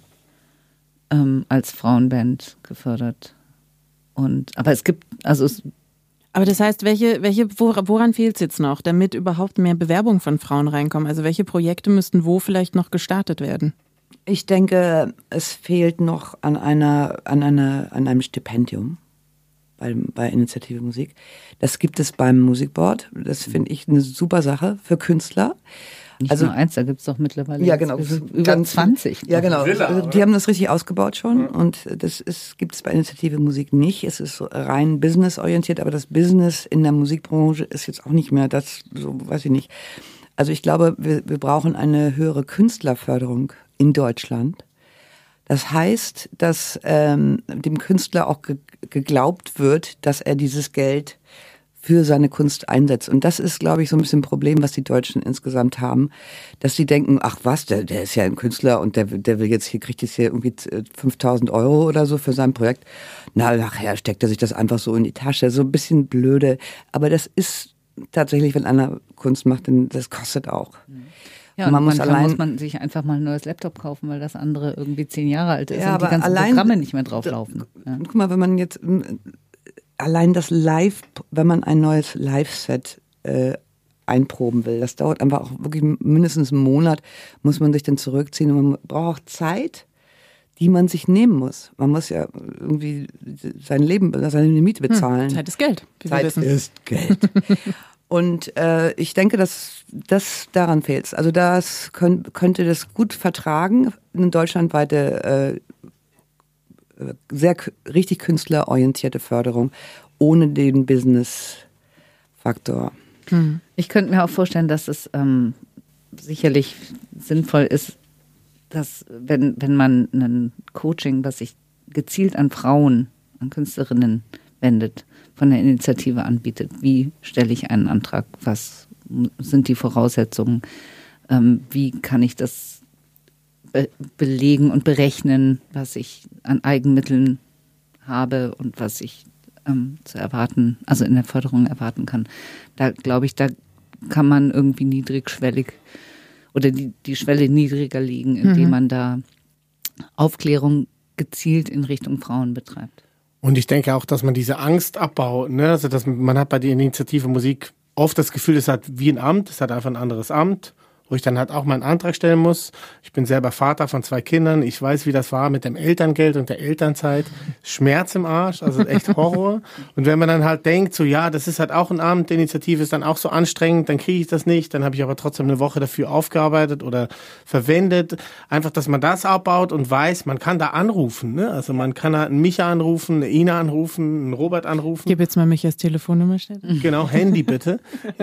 als Frauenband gefördert. Aber es gibt, aber das heißt, woran fehlt es jetzt noch, damit überhaupt mehr Bewerbungen von Frauen reinkommen? Also welche Projekte müssten wo vielleicht noch gestartet werden? Ich denke, es fehlt noch an einem Stipendium bei Initiative Musik. Das gibt es beim Musikboard. Das finde ich eine super Sache für Künstler. Nicht nur eins, da gibt es doch mittlerweile über 20. Ja, genau. Die haben das richtig ausgebaut schon und das gibt es bei Initiative Musik nicht. Es ist rein businessorientiert, aber das Business in der Musikbranche ist jetzt auch nicht mehr das, so weiß ich nicht. Also ich glaube, wir brauchen eine höhere Künstlerförderung in Deutschland. Das heißt, dass dem Künstler auch geglaubt wird, dass er dieses Geld für seine Kunst einsetzt. Und das ist, glaube ich, so ein bisschen ein Problem, was die Deutschen insgesamt haben, dass sie denken, ach was, der ist ja ein Künstler und der will kriegt jetzt hier irgendwie 5.000 € oder so für sein Projekt. Na, nachher steckt er sich das einfach so in die Tasche. So ein bisschen blöde. Aber das ist tatsächlich, wenn einer Kunst macht, dann das kostet auch. Ja, und muss man sich einfach mal ein neues Laptop kaufen, weil das andere irgendwie 10 Jahre alt ist und die ganzen Programme nicht mehr drauflaufen. Ja. Guck mal, wenn man jetzt allein das wenn man ein neues Live-Set einproben will, das dauert einfach auch wirklich mindestens einen Monat, muss man sich dann zurückziehen und man braucht auch Zeit, die man sich nehmen muss. Man muss ja irgendwie seine Miete bezahlen. Zeit ist Geld, wie wir wissen. Zeit ist Geld. Und ich denke, dass das daran fehlt. Also das könnte das gut vertragen, eine deutschlandweite richtig künstlerorientierte Förderung ohne den Business-Faktor. Ich könnte mir auch vorstellen, dass es sicherlich sinnvoll ist, dass wenn man ein Coaching, was sich gezielt an Frauen, an Künstlerinnen wendet, von der Initiative anbietet. Wie stelle ich einen Antrag? Was sind die Voraussetzungen? Wie kann ich das belegen und berechnen, was ich an Eigenmitteln habe und was ich zu erwarten, also in der Förderung erwarten kann. Da glaube ich, da kann man irgendwie niedrigschwellig oder die Schwelle niedriger liegen, indem man da Aufklärung gezielt in Richtung Frauen betreibt. Und ich denke auch, dass man diese Angst abbaut. Ne? Also man hat bei der Initiative Musik oft das Gefühl, es hat wie ein Amt, es hat einfach ein anderes Amt, wo ich dann halt auch mal einen Antrag stellen muss. Ich bin selber Vater von 2 Kindern. Ich weiß, wie das war mit dem Elterngeld und der Elternzeit. Schmerz im Arsch, also echt Horror. Und wenn man dann halt denkt, so ja, das ist halt auch ein Amt, die Initiative ist dann auch so anstrengend, dann kriege ich das nicht. Dann habe ich aber trotzdem eine Woche dafür aufgearbeitet oder verwendet. Einfach, dass man das abbaut und weiß, man kann da anrufen. Ne? Also man kann da einen Micha anrufen, eine Ina anrufen, einen Robert anrufen. Gib jetzt mal Michas Telefonnummer schnell. Genau, Handy bitte.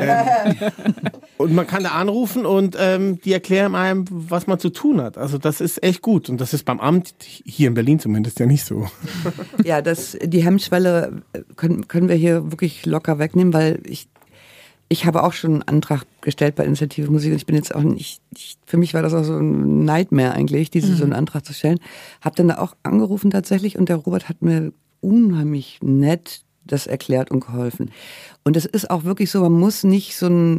Und man kann da anrufen und die erklären einem, was man zu tun hat. Also das ist echt gut. Und das ist beim Amt, hier in Berlin zumindest, ja nicht so. Ja, die Hemmschwelle können wir hier wirklich locker wegnehmen, weil ich habe auch schon einen Antrag gestellt bei Initiative Musik und ich bin jetzt auch nicht, für mich war das auch so ein Nightmare eigentlich, so einen Antrag zu stellen. Hab dann da auch angerufen tatsächlich und der Robert hat mir unheimlich nett das erklärt und geholfen. Und es ist auch wirklich so, man muss nicht so ein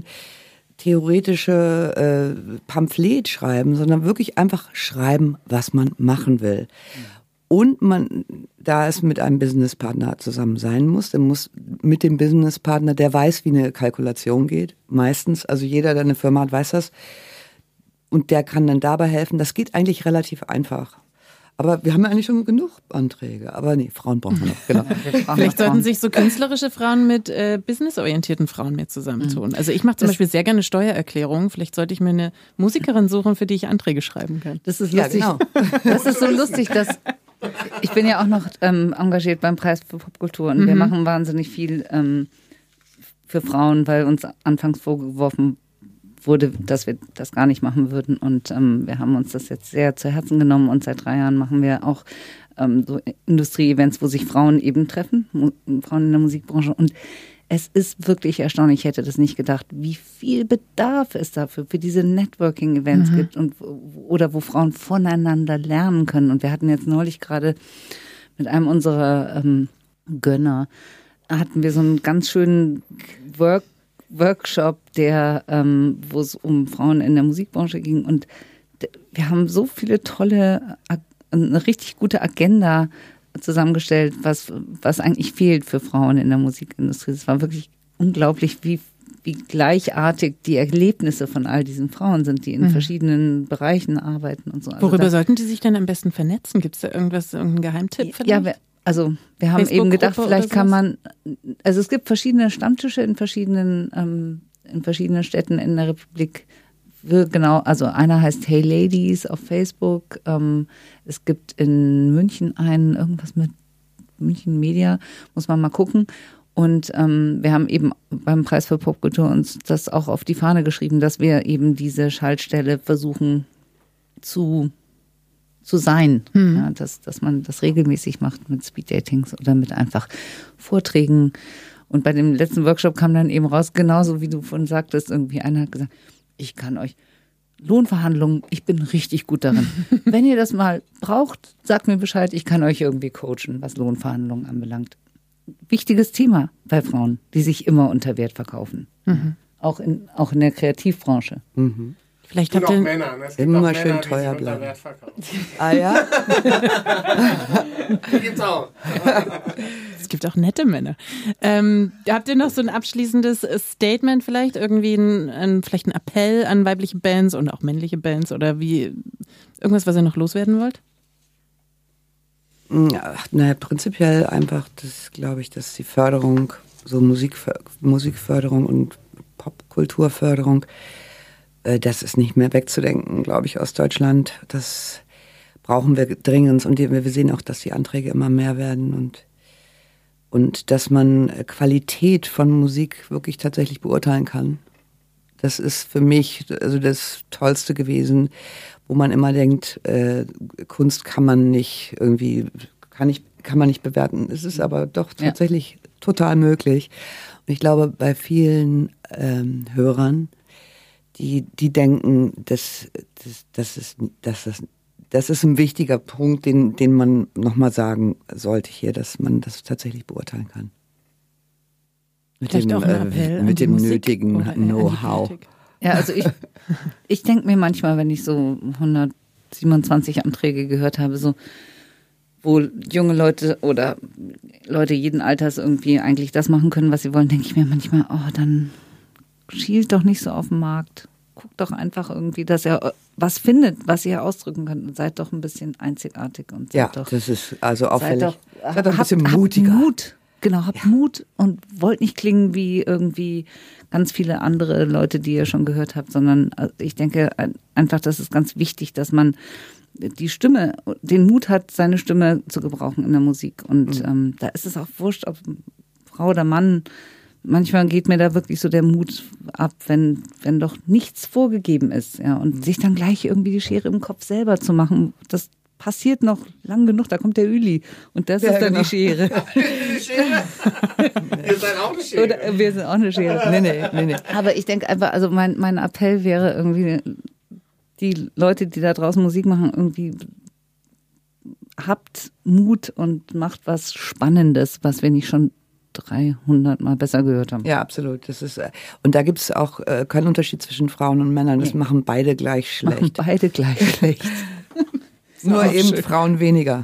theoretische Pamphlet schreiben, sondern wirklich einfach schreiben, was man machen will. Und da es mit einem Businesspartner zusammen sein muss, dann muss mit dem Businesspartner, der weiß, wie eine Kalkulation geht, meistens, also jeder, der eine Firma hat, weiß das, und der kann dann dabei helfen. Das geht eigentlich relativ einfach. Aber wir haben ja eigentlich schon genug Anträge. Aber nee, Frauen brauchen wir noch. Genau. Vielleicht sollten sich so künstlerische Frauen mit businessorientierten Frauen mehr zusammentun. Also ich mache zum Beispiel sehr gerne Steuererklärungen. Vielleicht sollte ich mir eine Musikerin suchen, für die ich Anträge schreiben kann. Das ist lustig. Ja, genau. Das ist so lustig, dass ich bin ja auch noch engagiert beim Preis für Popkultur und wir machen wahnsinnig viel für Frauen, weil uns anfangs vorgeworfen wurde, dass wir das gar nicht machen würden. Und wir haben uns das jetzt sehr zu Herzen genommen und seit 3 Jahren machen wir auch so Industrie-Events, wo sich Frauen eben treffen, Frauen in der Musikbranche. Und es ist wirklich erstaunlich, ich hätte das nicht gedacht, wie viel Bedarf es dafür für diese Networking-Events gibt oder wo Frauen voneinander lernen können. Und wir hatten jetzt neulich gerade mit einem unserer Gönner, hatten wir so einen ganz schönen Workshop, wo es um Frauen in der Musikbranche ging. Und wir haben so viele eine richtig gute Agenda zusammengestellt, was eigentlich fehlt für Frauen in der Musikindustrie. Es war wirklich unglaublich, wie gleichartig die Erlebnisse von all diesen Frauen sind, die in verschiedenen Bereichen arbeiten und so. Also worüber sollten die sich denn am besten vernetzen? Gibt es da irgendeinen Geheimtipp vielleicht? Ja, wir haben eben gedacht, vielleicht kann man, also es gibt verschiedene Stammtische in verschiedenen Städten in der Republik. Genau, also einer heißt Hey Ladies auf Facebook. Es gibt in München irgendwas mit München Media, muss man mal gucken. Und wir haben eben beim Preis für Popkultur uns das auch auf die Fahne geschrieben, dass wir eben diese Schaltstelle versuchen zu sein. Ja, dass man das regelmäßig macht mit Speeddatings oder mit einfach Vorträgen. Und bei dem letzten Workshop kam dann eben raus, genauso wie du vorhin sagtest, irgendwie einer hat gesagt, ich kann euch Lohnverhandlungen, ich bin richtig gut darin. Wenn ihr das mal braucht, sagt mir Bescheid, ich kann euch irgendwie coachen, was Lohnverhandlungen anbelangt. Wichtiges Thema bei Frauen, die sich immer unter Wert verkaufen. Auch in der Kreativbranche. Vielleicht habt ihr Männer, ne? Es gibt immer auch schön Männer, teuer die sich unter bleiben. Wert verkaufen. Ah ja? Gibt's auch. Es gibt auch nette Männer. Habt ihr noch so ein abschließendes Statement vielleicht? Irgendwie vielleicht ein Appell an weibliche Bands und auch männliche Bands oder irgendwas, was ihr noch loswerden wollt? Naja, prinzipiell einfach, glaube ich, dass die Förderung, so Musikförderung und Popkulturförderung, das ist nicht mehr wegzudenken, glaube ich, aus Deutschland. Das brauchen wir dringend und wir sehen auch, dass die Anträge immer mehr werden und dass man Qualität von Musik wirklich tatsächlich beurteilen kann. Das ist für mich also das Tollste gewesen, wo man immer denkt, Kunst kann man nicht bewerten. Es ist aber doch tatsächlich total möglich. Und ich glaube, bei vielen Hörern, die denken, das ist ein wichtiger Punkt, den man nochmal sagen sollte hier, dass man das tatsächlich beurteilen kann. Mit dem nötigen Know-how. Ja, also ich denke mir manchmal, wenn ich so 127 Anträge gehört habe, so wo junge Leute oder Leute jeden Alters irgendwie eigentlich das machen können, was sie wollen, denke ich mir manchmal, dann schielt doch nicht so auf den Markt. Guckt doch einfach irgendwie, dass ihr was findet, was ihr ausdrücken könnt und seid doch ein bisschen einzigartig. Und das ist also auffällig. Seid doch ein bisschen mutiger. Habt Mut. Genau, habt Mut und wollt nicht klingen wie irgendwie ganz viele andere Leute, die ihr schon gehört habt, sondern ich denke einfach, das ist ganz wichtig, dass man die Stimme, den Mut hat, seine Stimme zu gebrauchen in der Musik. Und da ist es auch wurscht, ob Frau oder Mann. Manchmal geht mir da wirklich so der Mut ab, wenn doch nichts vorgegeben ist, ja, und sich dann gleich irgendwie die Schere im Kopf selber zu machen. Das passiert noch lang genug, da kommt der Üli und das ist dann die Schere. Die Schere? Ihr seid auch eine Schere. Oder wir sind auch eine Schere. Nee. Aber ich denke einfach, also mein Appell wäre irgendwie, die Leute, die da draußen Musik machen, irgendwie habt Mut und macht was Spannendes, was wir nicht schon 300 Mal besser gehört haben. Ja, absolut. Das ist, und da gibt es auch keinen Unterschied zwischen Frauen und Männern. Das machen beide gleich schlecht. Nur eben schön. Frauen weniger.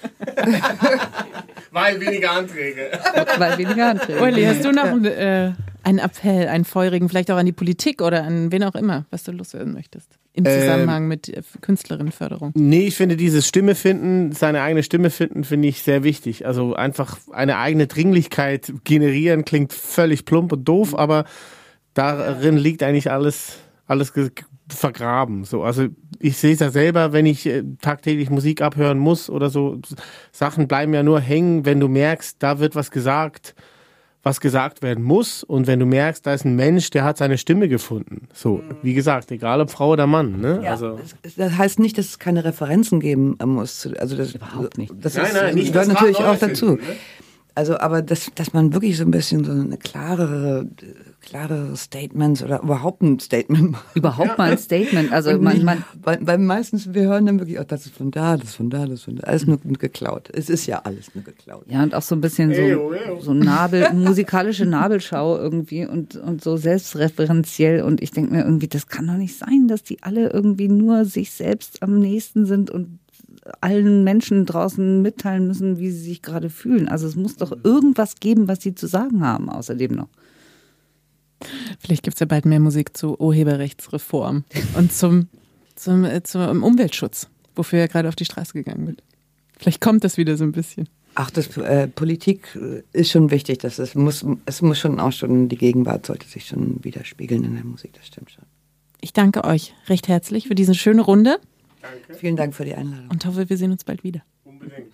Weil weniger Anträge. Uli, hast du noch einen Appell, einen feurigen, vielleicht auch an die Politik oder an wen auch immer, was du loswerden möchtest? Im Zusammenhang mit Künstlerinnenförderung. Nee, ich finde dieses Stimme finden, seine eigene Stimme finden, finde ich sehr wichtig. Also einfach eine eigene Dringlichkeit generieren klingt völlig plump und doof, aber darin liegt eigentlich alles vergraben. So, also ich sehe es ja selber, wenn ich tagtäglich Musik abhören muss oder so, Sachen bleiben ja nur hängen, wenn du merkst, da wird was gesagt werden muss, und wenn du merkst, da ist ein Mensch, der hat seine Stimme gefunden. So, wie gesagt, egal ob Frau oder Mann. Ne? Ja, also das heißt nicht, dass es keine Referenzen geben muss. Also das überhaupt nicht. Das gehört natürlich auch dazu. Finden, ne? Also, aber dass man wirklich so ein bisschen so eine klarere Statements oder überhaupt ein Statement macht. Überhaupt mal ein Statement. Also weil meistens, wir hören dann wirklich, das ist von da, das ist von da, das ist von da. Alles nur geklaut. Es ist ja alles nur geklaut. Ja, und auch so ein bisschen so musikalische Nabelschau irgendwie und so selbstreferenziell. Und ich denke mir irgendwie, das kann doch nicht sein, dass die alle irgendwie nur sich selbst am nächsten sind und allen Menschen draußen mitteilen müssen, wie sie sich gerade fühlen. Also es muss doch irgendwas geben, was sie zu sagen haben, außerdem noch. Vielleicht gibt es ja bald mehr Musik zur Urheberrechtsreform und zum Umweltschutz, wofür ja gerade auf die Straße gegangen wird. Vielleicht kommt das wieder so ein bisschen. Ach, Politik ist schon wichtig. Es muss schon auch schon, die Gegenwart sollte sich schon widerspiegeln in der Musik, das stimmt schon. Ich danke euch recht herzlich für diese schöne Runde. Danke. Vielen Dank für die Einladung. Und hoffe, wir sehen uns bald wieder. Unbedingt.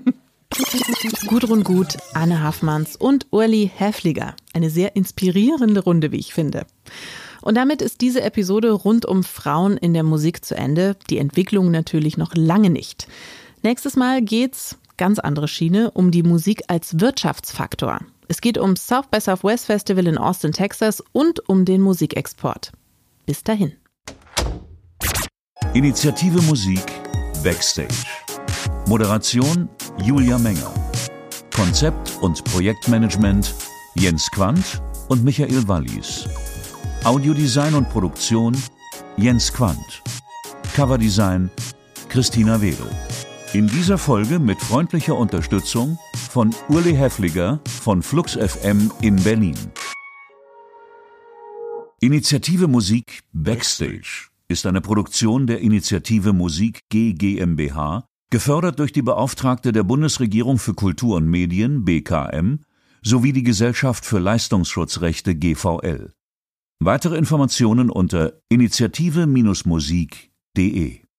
Gudrun Gut, Anne Haffmanns und Urli Häfliger. Eine sehr inspirierende Runde, wie ich finde. Und damit ist diese Episode rund um Frauen in der Musik zu Ende. Die Entwicklung natürlich noch lange nicht. Nächstes Mal geht's, ganz andere Schiene, um die Musik als Wirtschaftsfaktor. Es geht um South by Southwest Festival in Austin, Texas und um den Musikexport. Bis dahin. Initiative Musik Backstage. Moderation Julia Menger. Konzept und Projektmanagement Jens Quandt und Michael Wallis. Audiodesign und Produktion Jens Quandt. Coverdesign Christina Wedel. In dieser Folge mit freundlicher Unterstützung von Urli Häfliger von Flux FM in Berlin. Initiative Musik Backstage ist eine Produktion der Initiative Musik G GmbH, gefördert durch die Beauftragte der Bundesregierung für Kultur und Medien BKM sowie die Gesellschaft für Leistungsschutzrechte GVL. Weitere Informationen unter initiative-musik.de